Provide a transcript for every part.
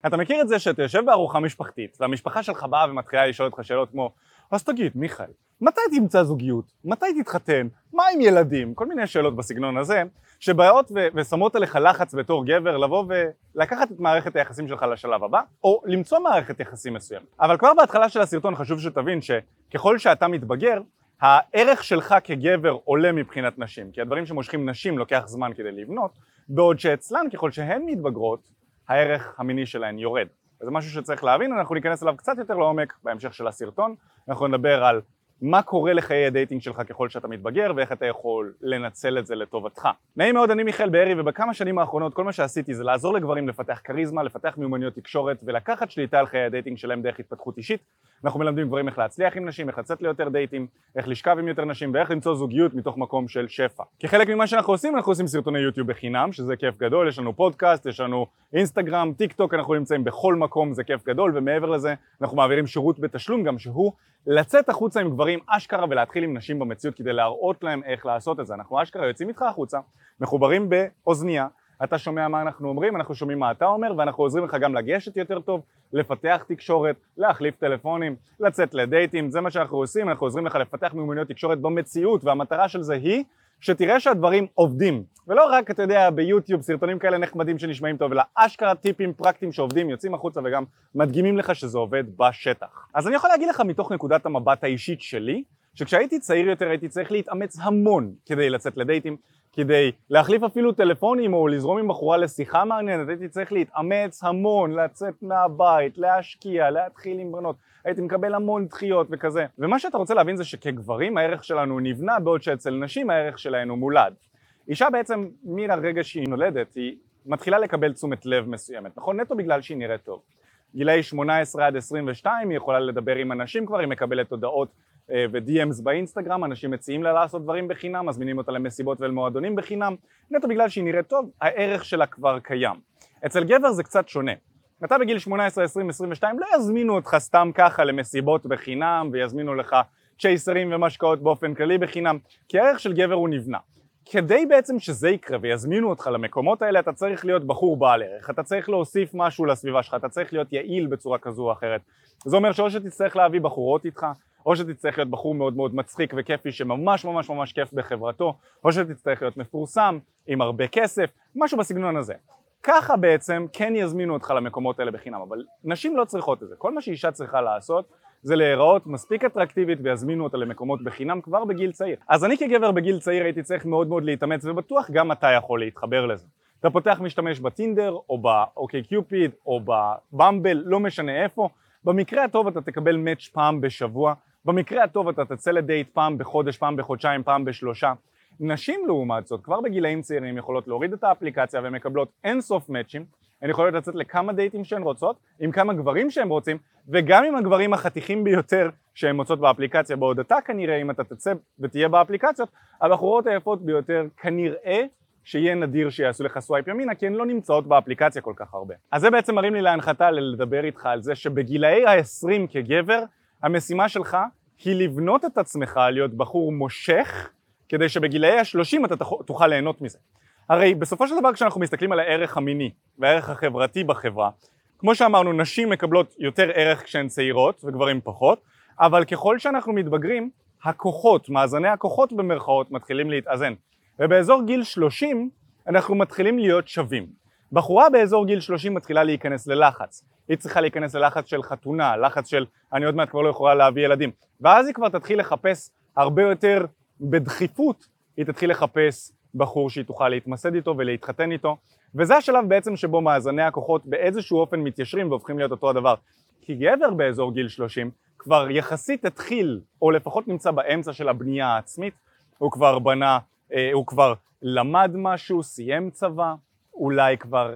אתה מכיר את זה שאתה יושב בארוחה משפחתית, והמשפחה שלך באה ומתחילה לשאול אותך שאלות כמו אז תגיד, מיכאל, מתי תמצא זוגיות? מתי תתחתן? מה עם ילדים? כל מיני שאלות בסגנון הזה, שבאות ושמות עליך לחץ בתור גבר לבוא ולקחת את מערכת היחסים שלך לשלב הבא, או למצוא מערכת יחסים מסוים. אבל כבר בהתחלה של הסרטון חשוב שתבין שככל שאתה מתבגר, הערך שלך כגבר עולה מבחינת נשים, כי הדברים שמושכים נשים לוקח זמן כדי לבנות, בעוד שאצלן ככל שהן מתבגרות, הערך המיני שלהן יורד. וזה משהו שצריך להבין, אנחנו ניכנס אליו קצת יותר לעומק בהמשך של הסרטון, אנחנו נדבר על מה קורה לחיי הדייטינג שלך ככל שאתה מתבגר ואיך אתה יכול לנצל את זה לטובתך. נעים מאוד, אני מיכאל בארי, ובכמה שנים האחרונות כל מה שעשיתי זה לעזור לגברים לפתח כריזמה, לפתח מיומנויות תקשורת ולקחת שליטה על חיי הדייטינג שלהם דרך התפתחות אישית. אנחנו מלמדים גברים איך להצליח עם נשים, איך לצאת ליותר דייטים, איך לשכב עם יותר נשים ואיך למצוא זוגיות מתוך מקום של שפע. כחלק ממה שאנחנו עושים סרטוני יוטיוב בחינם, שזה כיף גדול, יש לנו פודקאסט, יש לנו אינסטגרם, טיק טוק, אנחנו נמצאים בכל מקום, זה כיף גדול, ומעבר לזה אנחנו מעבירים שירות בתשלום גם שהוא לצאת החוצה עם גברים אשכרה ולהתחיל עם נשים במציאות כדי להראות להם איך לעשות את זה. אנחנו אשכרה יוצאים איתך החוצה, מחוברים באוזנייה, אתה שומע מה אנחנו אומרים, אנחנו שומעים מה אתה אומר, ואנחנו עוזרים לך גם לגשת יותר טוב, לפתח תקשורת, להחליף טלפונים, לצאת לדייטים, זה מה שאנחנו עושים, אנחנו עוזרים לך לפתח מיומנויות תקשורת במציאות, והמטרה של זה היא שתראה שהדברים עובדים, ולא רק, אתה יודע, ביוטיוב, סרטונים כאלה נחמדים שנשמעים טוב, אלא אשכרה טיפים פרקטיים שעובדים, יוצאים החוצה וגם מדגימים לך שזה עובד בשטח. אז אני יכול להגיד לך מתוך נקודת המבט האישית שלי, שכשהייתי צעיר יותר הייתי צריך להתאמץ המון כדי לצאת לדייטים, כדי להחליף אפילו טלפונים או לזרום עם בחורה לשיחה מעניינת, הייתי צריך להתאמץ המון, לצאת מהבית, להשקיע, להתחיל עם בנות, הייתי מקבל המון דחיות וכזה. ומה שאתה רוצה להבין זה שכגברים הערך שלנו נבנה, בעוד שאצל נשים הערך שלנו מולד. אישה בעצם מהרגע שהיא נולדת היא מתחילה לקבל תשומת לב מסוימת, נכון? נטו בגלל שהיא נראית טוב. גילאי 18 עד 22 היא יכולה לדבר עם אנשים כבר, היא מקבלת הודעות ו-DMs באינסטגרם, אנשים מציעים לה לעשות דברים בחינם, מזמינים אותה למסיבות ולמועדונים בחינם, נטו בגלל שהיא נראית טוב, הערך שלה כבר קיים. אצל גבר זה קצת שונה. אתה בגיל 18, 20, 22 לא יזמינו אותך סתם ככה למסיבות בחינם ויזמינו לך צ'ייסרים ומשקאות באופן כללי בחינם, כי הערך של גבר הוא נבנה. כדי בעצם שזה יקרה ויזמינו אותך למקומות האלה, אתה צריך להיות בחור בעל ערך, אתה צריך להוסיף משהו לסביבה שלך, אתה צריך להיות יעיל בצורה כזו או אחרת. זה אומר שאו שתצטרך להביא בחורות איתך, או שתצטרך להיות בחור מאוד מאוד מצחיק וכיפי שממש ממש ממש כיף בחברתו, או שתצטרך להיות מפורסם עם הרבה כסף, משהו בסגנון הזה. ככה בעצם כן יזמינו אותך למקומות האלה בחינם, אבל נשים לא צריכות את זה. כל מה שאישה צריכה לעשות זה להיראות מספיק אטרקטיבית ויזמינו אותה למקומות בחינם כבר בגיל צעיר. אז אני כגבר בגיל צעיר הייתי צריך מאוד מאוד להתאמץ, ובטוח גם אתה יכול להתחבר לזה. אתה פותח משתמש בטינדר או באוקיי קיופיד או בבמבל, לא משנה איפה, במקרה הטוב אתה תקבל מאץ' פעם בשבוע, במקרה הטוב אתה תצא לדייט פעם בחודש, פעם בחודשיים, פעם בשלושה. נשים לעומת זאת כבר בגילאים צעירים יכולות להוריד את האפליקציה ומקבלות אינסוף מאצ'ים, הן יכולות לצאת לכמה דייטים שהן רוצות, עם כמה גברים שהן רוצים, וגם עם הגברים החתיכים ביותר שהן מוצאות באפליקציה, בעוד אתה כנראה, אם אתה תצא ותהיה באפליקציות, הבחורות היפות ביותר כנראה שיהיה נדיר שיעשו לך סווייפ ימינה, כי הן לא נמצאות באפליקציה כל כך הרבה. אז זה בעצם מרים לי להנחתה לדבר איתך על זה שבגילאי ה-20 כגבר, המשימה שלך היא לבנות את עצמך להיות בחור מושך, כדי שבגילאי ה-30 אתה תוכל ליהנות מזה. הרי בסופו של דבר כשאנחנו מסתכלים על הערך המיני והערך החברתי בחברה, כמו שאמרנו, נשים מקבלות יותר ערך כשהן צעירות וגברים פחות, אבל ככל שאנחנו מתבגרים, הכוחות, מאזני הכוחות במרכאות מתחילים להתאזן. ובאזור גיל 30 אנחנו מתחילים להיות שווים. בחורה באזור גיל 30 מתחילה להיכנס ללחץ. היא צריכה להיכנס ללחץ של חתונה, לחץ של אני עוד מעט כבר לא יכולה להביא ילדים. ואז היא כבר תתחיל לחפש הרבה יותר בדחיפות, היא תתחיל לחפש בחור שהיא תוכל להתמסד איתו ולהתחתן איתו, וזה השלב בעצם שבו מאזני הכוחות באיזשהו אופן מתיישרים והופכים להיות אותו הדבר. כי גבר באזור גיל 30 כבר יחסית התחיל, או לפחות נמצא באמצע של הבנייה העצמית, הוא כבר בנה, הוא כבר למד משהו, סיים צבא, אולי כבר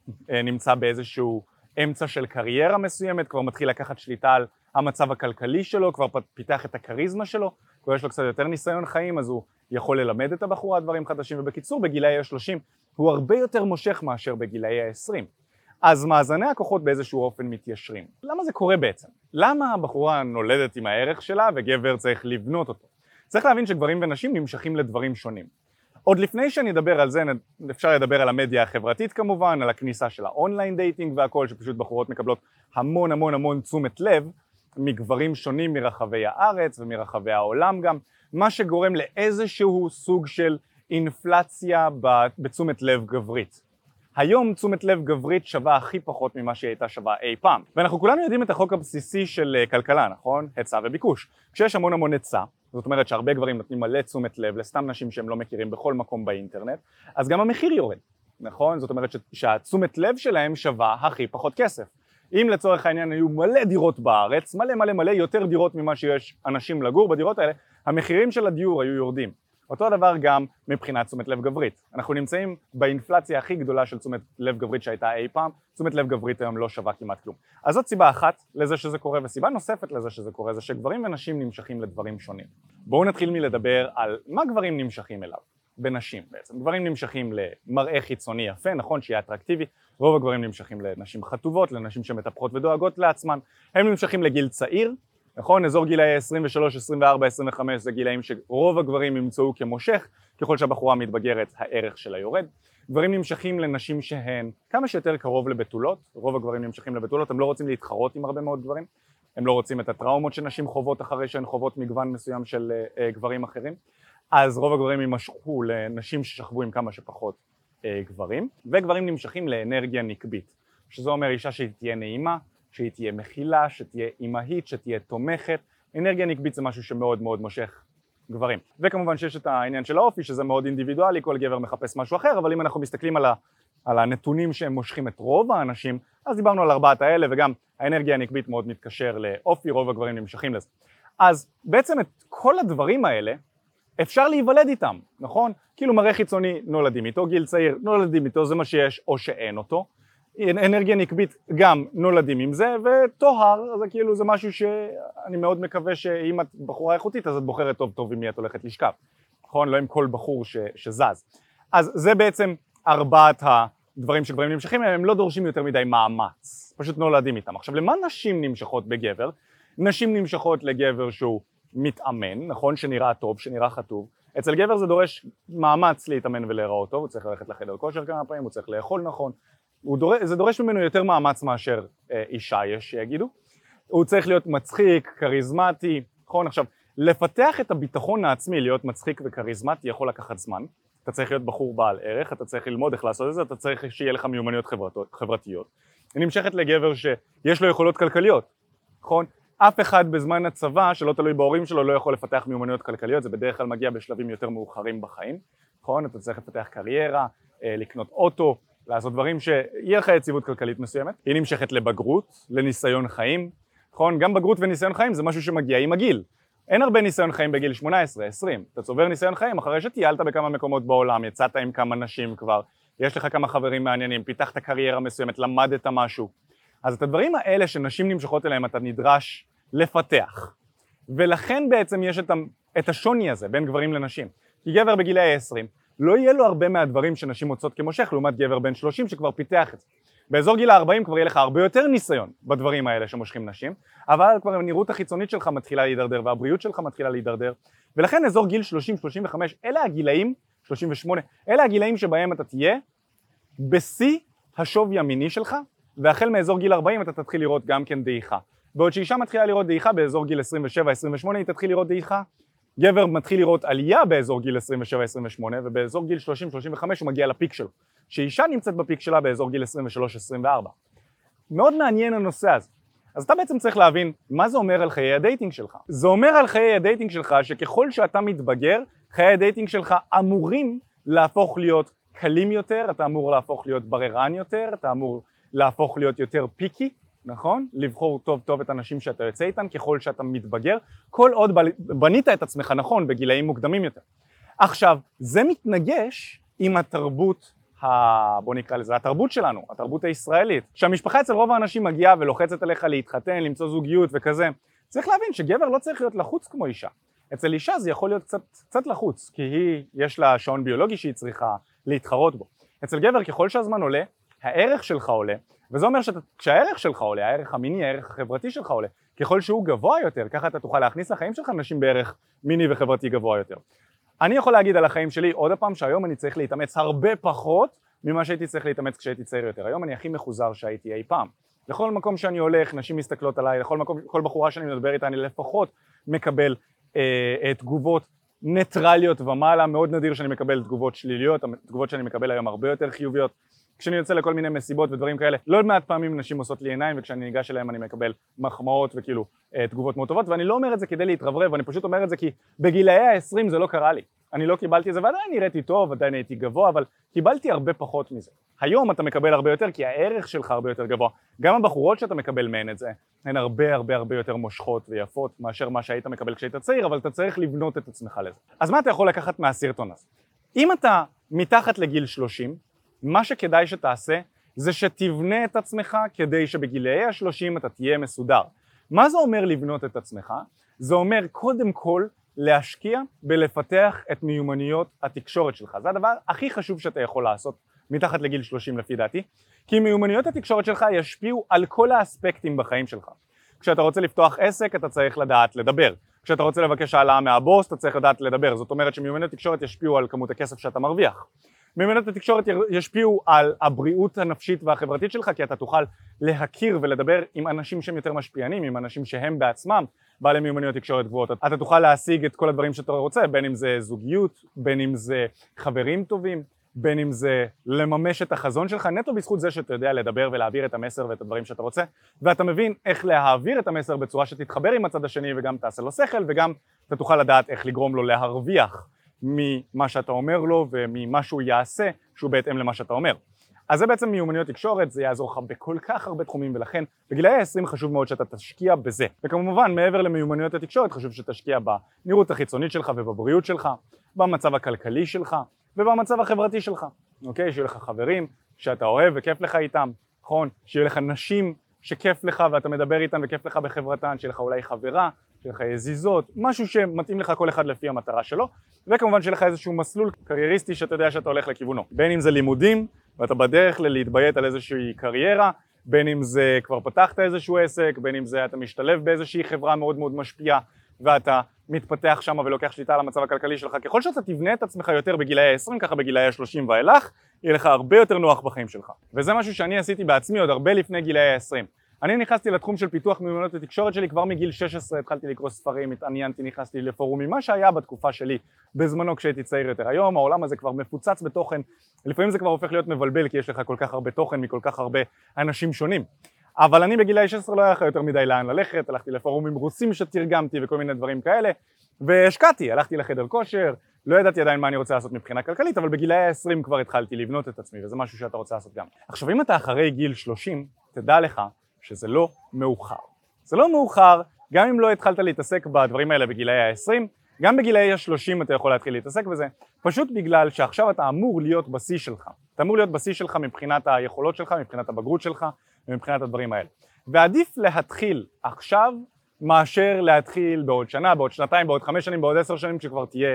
נמצא באיזשהו אמצע של קריירה מסוימת, כבר מתחיל לקחת שליטה על המצב הכלכלי שלו, כבר פיתח את הקריזמה שלו, כבר יש לו קצת יותר ניסיון חיים, אז הוא יכול ללמד את הבחורה דברים חדשים, ובקיצור בגילאי ה-30 הוא הרבה יותר מושך מאשר בגילאי ה-20. אז מאזני הכוחות באיזשהו אופן מתיישרים. למה זה קורה בעצם? למה הבחורה נולדת עם הערך שלה וגבר צריך לבנות אותו? צריך להבין שגברים ונשים נמשכים לדברים שונים. עוד לפני שאני אדבר על זה, אפשר לדבר על המדיה החברתית כמובן, על הכניסה של האונליין דייטינג והכל, שפשוט בחורות מקבלות המון המון המון תשומת לב מגברים שונים מרחבי הארץ ומרחבי העולם גם, מה שגורם לאיזשהו סוג של אינפלציה בתשומת לב גברית. היום תשומת לב גברית שווה הכי פחות ממה שהיא הייתה שווה אי פעם. ואנחנו כולנו יודעים את החוק הבסיסי של כלכלה, נכון? היצע וביקוש. כשיש המון המון היצע, זאת אומרת שהרבה גברים נותנים מלא תשומת לב לסתם נשים שהם לא מכירים בכל מקום באינטרנט, אז גם המחיר יורד, נכון? זאת אומרת שהתשומת לב שלהם שווה הכי פחות כסף. אם לצורך העניין היו מלא דירות בארץ, מלא מלא מלא יותר דירות ממה שיש אנשים לגור בדירות האלה, המחירים של הדיור היו יורדים. אותו הדבר גם מבחינת תשומת לב גברית. אנחנו נמצאים באינפלציה הכי גדולה של תשומת לב גברית שהייתה אי פעם, תשומת לב גברית היום לא שווה כמעט כלום. אז זאת סיבה אחת לזה שזה קורה, וסיבה נוספת לזה שזה קורה, זה שגברים ונשים נמשכים לדברים שונים. בואו נתחיל מלדבר על מה גברים נמשכים אליו, בנשים בעצם. גברים נמשכים למראה חיצוני יפה, נכון שיהיה אטרקטיבי, רוב הגברים נמשכים לנשים חטובות, לנשים שמטפחות ודואגות לעצמן, הם נמשכים לגיל צעיר, נכון, אזור גילאי 23, 24, 25 זה גילאים שרוב הגברים ימצאו כמושך, ככל שהבחורה מתבגרת הערך שלה יורד. גברים נמשכים לנשים שהן כמה שיותר קרוב לבתולות, רוב הגברים נמשכים לבתולות, הם לא רוצים להתחרות עם הרבה מאוד גברים, הם לא רוצים את הטראומות שנשים חוות אחרי שהן חוות מגוון מסוים של גברים אחרים, אז רוב הגברים יימשכו לנשים ששכבו עם כמה שפחות גברים, וגברים נמשכים לאנרגיה נקבית, שזה אומר אישה שהיא תהיה נעימה, שהיא תהיה מכילה, שתהיה אימהית, שתהיה תומכת. אנרגיה נקבית זה משהו שמאוד מאוד מושך גברים. וכמובן שיש את העניין של האופי, שזה מאוד אינדיבידואלי, כל גבר מחפש משהו אחר, אבל אם אנחנו מסתכלים על הנתונים שהם מושכים את רוב האנשים, אז דיברנו על ארבעת האלה, וגם האנרגיה הנקבית מאוד מתקשר לאופי, רוב הגברים נמשכים לזה. אז בעצם את כל הדברים האלה אפשר להיוולד איתם, נכון? כאילו מראה חיצוני נולדים איתו, גיל צעיר נולדים איתו, זה מה שיש או שאין אותו. אנרגיה נקבית גם נולדים עם זה, וטוהר זה כאילו זה משהו שאני מאוד מקווה שאם את בחורה איכותית אז את בוחרת טוב טוב עם מי את הולכת לשכב, נכון? לא עם כל בחור שזז. אז זה בעצם ארבעת הדברים שגברים נמשכים, הם לא דורשים יותר מדי מאמץ, פשוט נולדים איתם. עכשיו למה נשים נמשכות בגבר? נשים נמשכות לגבר שהוא מתאמן, נכון? שנראה טוב, שנראה חטוב. אצל גבר זה דורש מאמץ להתאמן ולהיראות טוב, הוא צריך ללכת לחדר כושר כמה פעמים, הוא צריך לאכול נכון, זה דורש ממנו יותר מאמץ מאשר אישה יש שיגידו, הוא צריך להיות מצחיק, כריזמטי, נכון? עכשיו, לפתח את הביטחון העצמי, להיות מצחיק וכריזמטי יכול לקחת זמן, אתה צריך להיות בחור בעל ערך, אתה צריך ללמוד איך לעשות את זה, אתה צריך שיהיה לך מיומנויות חברתיות. היא נמשכת לגבר שיש לו יכולות כלכליות, נכון? אף אחד בזמן הצבא שלא תלוי בהורים שלו לא יכול לפתח מיומנויות כלכליות, זה בדרך כלל מגיע בשלבים יותר מאוחרים בחיים, נכון? אתה צריך לפתח קריירה, לקנות אוטו, לעשות דברים שיהיה לך יציבות כלכלית מסוימת. היא נמשכת לבגרות, לניסיון חיים, נכון? גם בגרות וניסיון חיים זה משהו שמגיע עם הגיל. אין הרבה ניסיון חיים בגיל 18, 20. אתה צובר ניסיון חיים אחרי שטיילת בכמה מקומות בעולם, יצאת עם כמה נשים כבר, יש לך כמה חברים מעניינים, פיתחת קריירה מסוימת, למדת משהו. אז את הדברים האלה שנשים נמשכות אליהם אתה נדרש לפתח. ולכן בעצם יש את השוני הזה בין גברים לנשים. כי גבר בגילי 20 לא יהיה לו הרבה מהדברים שנשים מוצאות כמושך, לעומת גבר בן 30 שכבר פיתח את זה. באזור גיל ה-40 כבר יהיה לך הרבה יותר ניסיון בדברים האלה שמושכים נשים, אבל כבר הנראות החיצונית שלך מתחילה להידרדר והבריאות שלך מתחילה להידרדר, ולכן אזור גיל 30-35, אלה הגילאים, 38, אלה הגילאים שבהם אתה תהיה בשיא השווי המיני שלך, והחל מאזור גיל 40 אתה תתחיל לראות גם כן דעיכה. בעוד שאישה מתחילה לראות דעיכה באזור גיל 27-28 היא תתחיל לראות דעיכה, גבר מתחיל לראות עלייה באזור גיל 27-28 ובאזור גיל 30-35 הוא מגיע לפיק שלו, שאישה נמצאת בפיק שלה באזור גיל 23-24. מאוד מעניין הנושא הזה. אז אתה בעצם צריך להבין מה זה אומר על חיי הדייטינג שלך. זה אומר על חיי הדייטינג שלך שככל שאתה מתבגר, חיי הדייטינג שלך אמורים להפוך להיות קלים יותר, אתה אמור להפוך להיות בררן יותר, אתה אמור להפוך להיות יותר פיקי, נכון? לבחור טוב טוב את האנשים שאתה יוצא איתם ככל שאתה מתבגר, כל עוד בנית את עצמך נכון בגילאים מוקדמים יותר. עכשיו, זה מתנגש עם התרבות, בוא נקרא לזה, התרבות שלנו, התרבות הישראלית. כשהמשפחה אצל רוב האנשים מגיעה ולוחצת עליך להתחתן, למצוא זוגיות וכזה, צריך להבין שגבר לא צריך להיות לחוץ כמו אישה. אצל אישה זה יכול להיות קצת לחוץ, כי יש לה שעון ביולוגי שהיא צריכה להתחרות בו. אצל גבר ככל שהזמן עולה, הערך שלך עולה, וזה אומר שכשהערך שלך עולה, הערך המיני, הערך החברתי שלך עולה, ככל שהוא גבוה יותר, ככה אתה תוכל להכניס לחיים שלך נשים בערך מיני וחברתי גבוה יותר. אני יכול להגיד על החיים שלי עוד פעם שהיום אני צריך להתאמץ הרבה פחות ממה שהייתי צריך להתאמץ כשהייתי צעיר יותר. היום אני הכי מחוזר שהייתי אי פעם. לכל מקום שאני הולך, נשים מסתכלות עליי, כל בחורה שאני מדבר איתה, אני לפחות מקבל תגובות ניטרליות ומעלה, מאוד נדיר שאני מקבל תגובות שליליות, התגובות שאני מקבל היום הרבה יותר חיוביות. כשאני יוצא לכל מיני מסיבות ודברים כאלה, לא מעט פעמים נשים עושות לי עיניים, וכשאני ניגש אליהם אני מקבל מחמאות וכאילו תגובות מאוד טובות, ואני לא אומר את זה כדי להתרברב, אני פשוט אומר את זה כי בגילאי ה-20 זה לא קרה לי. אני לא קיבלתי את זה, ועדיין נראיתי טוב, עדיין הייתי גבוה, אבל קיבלתי הרבה פחות מזה. היום אתה מקבל הרבה יותר, כי הערך שלך הרבה יותר גבוה. גם הבחורות שאתה מקבל מהן את זה, הן הרבה יותר מושכות ויפות מאשר מה שהיית מקבל כשהיית צעיר, אבל אתה צריך לבנות את עצמך לזה. אז מה אתה יכול לקחת מהסרטון הזה? אם אתה מתחת לגיל 30, מה שכדאי שתעשה זה שתבנה את עצמך כדי שבגילאי ה-30 אתה תהיה מסודר. מה זה אומר לבנות את עצמך? זה אומר קודם כל להשקיע בלפתח את מיומנויות התקשורת שלך. זה הדבר הכי חשוב שאתה יכול לעשות מתחת לגיל 30 לפי דעתי, כי מיומנויות התקשורת שלך ישפיעו על כל האספקטים בחיים שלך. כשאתה רוצה לפתוח עסק אתה צריך לדעת לדבר. כשאתה רוצה לבקש העלאה מהבוס אתה צריך לדעת לדבר. זאת אומרת שמיומנויות התקשורת ישפיעו על כמות הכסף שאתה מרוויח. מיומנויות התקשורת ישפיעו על הבריאות הנפשית והחברתית שלך, כי אתה תוכל להכיר ולדבר עם אנשים שהם יותר משפיענים, עם אנשים שהם בעצמם בעלי מיומנויות תקשורת גבוהות. אתה תוכל להשיג את כל הדברים שאתה רוצה, בין אם זה זוגיות, בין אם זה חברים טובים, בין אם זה לממש את החזון שלך, נטו בזכות זה שאתה יודע לדבר ולהעביר את המסר ואת הדברים שאתה רוצה, ואתה מבין איך להעביר את המסר בצורה שתתחבר עם הצד השני וגם תעשה לו שכל, וגם אתה תוכל לדעת איך לגרום לו להרוויח ממה שאתה אומר לו וממה שהוא יעשה שהוא בהתאם למה שאתה אומר. אז זה בעצם מיומנויות תקשורת, זה יעזור לך בכל כך הרבה תחומים, ולכן בגילאי ה-20 חשוב מאוד שאתה תשקיע בזה. וכמובן מעבר למיומנויות התקשורת חשוב שתשקיע בנראות החיצונית שלך ובבריאות שלך, במצב הכלכלי שלך ובמצב החברתי שלך, אוקיי? שיהיו לך חברים שאתה אוהב וכיף לך איתם, נכון? שיהיו לך נשים שכיף לך ואתה מדבר איתן וכיף לך בחברתן, שיהיה לך אולי חברה, שיהיה לך יזיזות, משהו שמתאים לך כל אחד לפי המטרה שלו, וכמובן שיהיה לך איזשהו מסלול קרייריסטי שאתה יודע שאתה הולך לכיוונו. בין אם זה לימודים ואתה בדרך להתביית על איזושהי קריירה, בין אם זה כבר פתחת איזשהו עסק, בין אם זה אתה משתלב באיזושהי חברה מאוד מאוד משפיעה ואתה מתפתח שם ולוקח שליטה על המצב הכלכלי שלך. ככל שאתה תבנה את עצמך יותר בגילאי ה-20, ככה בגילאי ה-30 ואילך, יהיה לך הרבה יותר נוח בחיים שלך. וזה משהו שאני עשיתי בעצמי עוד הרבה לפני גילאי ה-20. אני נכנסתי לתחום של פיתוח מיומנויות התקשורת שלי כבר מגיל 16, התחלתי לקרוא ספרים, התעניינתי, נכנסתי לפורומים, מה שהיה בתקופה שלי בזמנו כשהייתי צעיר יותר. היום העולם הזה כבר מפוצץ בתוכן, לפעמים זה כבר הופך להיות מבלבל כי יש לך כל כך הרבה תוכן מכל כך הרבה אנשים שונים. אבל אני בגילאי 16 לא היה לך יותר מדי לאן ללכת, הלכתי לפורומים רוסים שתרגמתי וכל מיני דברים כאלה, והשקעתי, הלכתי לחדר כושר, לא ידעתי עדיין מה אני רוצה לעשות מבחינה כלכלית, אבל בגילאי ה-20 כבר התחלתי לבנות את עצמי, וזה משהו שאתה רוצה לעשות גם. עכשיו, אם אתה אחרי גיל 30, תדע לך שזה לא מאוחר. זה לא מאוחר, גם אם לא התחלת להתעסק בדברים האלה בגילאי ה-20, גם בגילאי ה-30 אתה יכול להתחיל להתעסק בזה, פשוט בגלל שעכשיו אתה אמור להיות בשיא שלך. אתה אמור להיות בשיא שלך מבחינת היכולות שלך, מבחינת הבגרות שלך, ומבחינת הדברים האלה. ועדיף להתחיל עכשיו, מאשר להתחיל בעוד שנה, בעוד שנתיים, בעוד 5 שנים, בעוד 10 שנים, כשכבר תהיה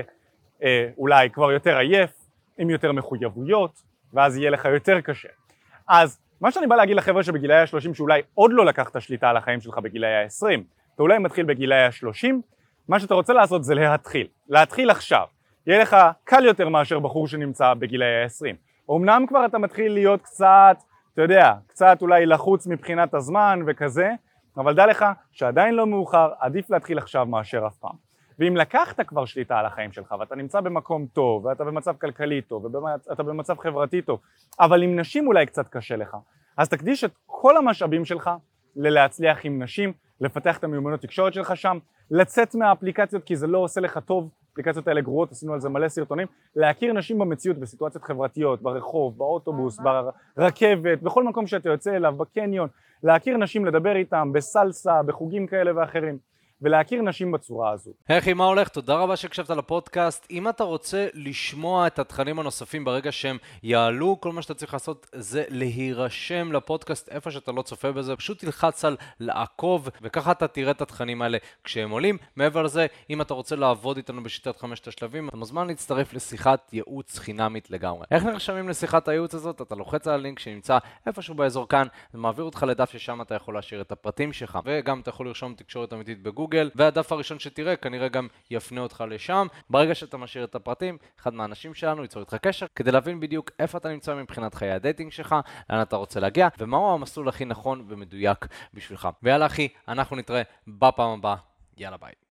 אולי כבר יותר עייף, עם יותר מחויבויות, ואז יהיה לך יותר קשה. אז מה שאני בא להגיד לחבר'ה שבגילאי ה-30 שאולי עוד לא לקחת שליטה על החיים שלך בגילאי ה-20, אתה אולי מתחיל בגילאי ה-30, מה שאתה רוצה לעשות זה להתחיל עכשיו. יהיה לך קל יותר מאשר בחור שנמצא בגילאי ה-20. אמנם כבר אתה מתחיל להיות קצת, אתה יודע, קצת אולי לחוץ מבחינת הזמן וכזה, אבל דע לך שעדיין לא מאוחר, עדיף להתחיל עכשיו מאשר אף פעם. ואם לקחת כבר שליטה על החיים שלך, ואתה נמצא במקום טוב, ואתה במצב כלכלי טוב, ואתה במצב חברתי טוב, אבל עם נשים אולי קצת קשה לך, אז תקדיש את כל המשאבים שלך ללהצליח עם נשים, לפתח את המיומנויות תקשורת שלך שם, לצאת מהאפליקציות כי זה לא עושה לך טוב, האפליקציות האלה גרועות, עשינו על זה מלא סרטונים, להכיר נשים במציאות, בסיטואציות חברתיות, ברחוב, באוטובוס, ברכבת, בכל מקום שאתה יוצא אליו, בקניון, להכיר נשים, לדבר איתם, בסלסה, בחוגים כאלה ואחרים. ולהכיר נשים בצורה הזו. אחי, מה הולך? תודה רבה שהקשבת לפודקאסט. אם אתה רוצה לשמוע את התכנים הנוספים ברגע שהם יעלו, כל מה שאתה צריך לעשות זה להירשם לפודקאסט איפה שאתה לא צופה בזה. פשוט תלחץ על לעקוב, וככה אתה תראה את התכנים האלה כשהם עולים. מעבר לזה, אם אתה רוצה לעבוד איתנו בשיטת 5 השלבים, אתה מוזמן להצטרף לשיחת ייעוץ חינמית לגמרי. איך נרשמים לשיחת הייעוץ הזאת? אתה לוחץ על הלינק שנמצא איפשהו באזור כאן, ומעביר אותך לדף ששם אתה יכול להשאיר את הפרטים שלך, וגם אתה יכול לרשום תקשורת אמיתית בגוגל. בגוגל, והדף הראשון שתראה כנראה גם יפנה אותך לשם. ברגע שאתה משאיר את הפרטים, אחד מהאנשים שלנו ייצור איתך קשר, כדי להבין בדיוק איפה אתה נמצא מבחינת חיי הדייטינג שלך, לאן אתה רוצה להגיע, ומהו המסלול הכי נכון ומדויק בשבילך. ויאללה אחי, אנחנו נתראה בפעם הבאה. יאללה ביי.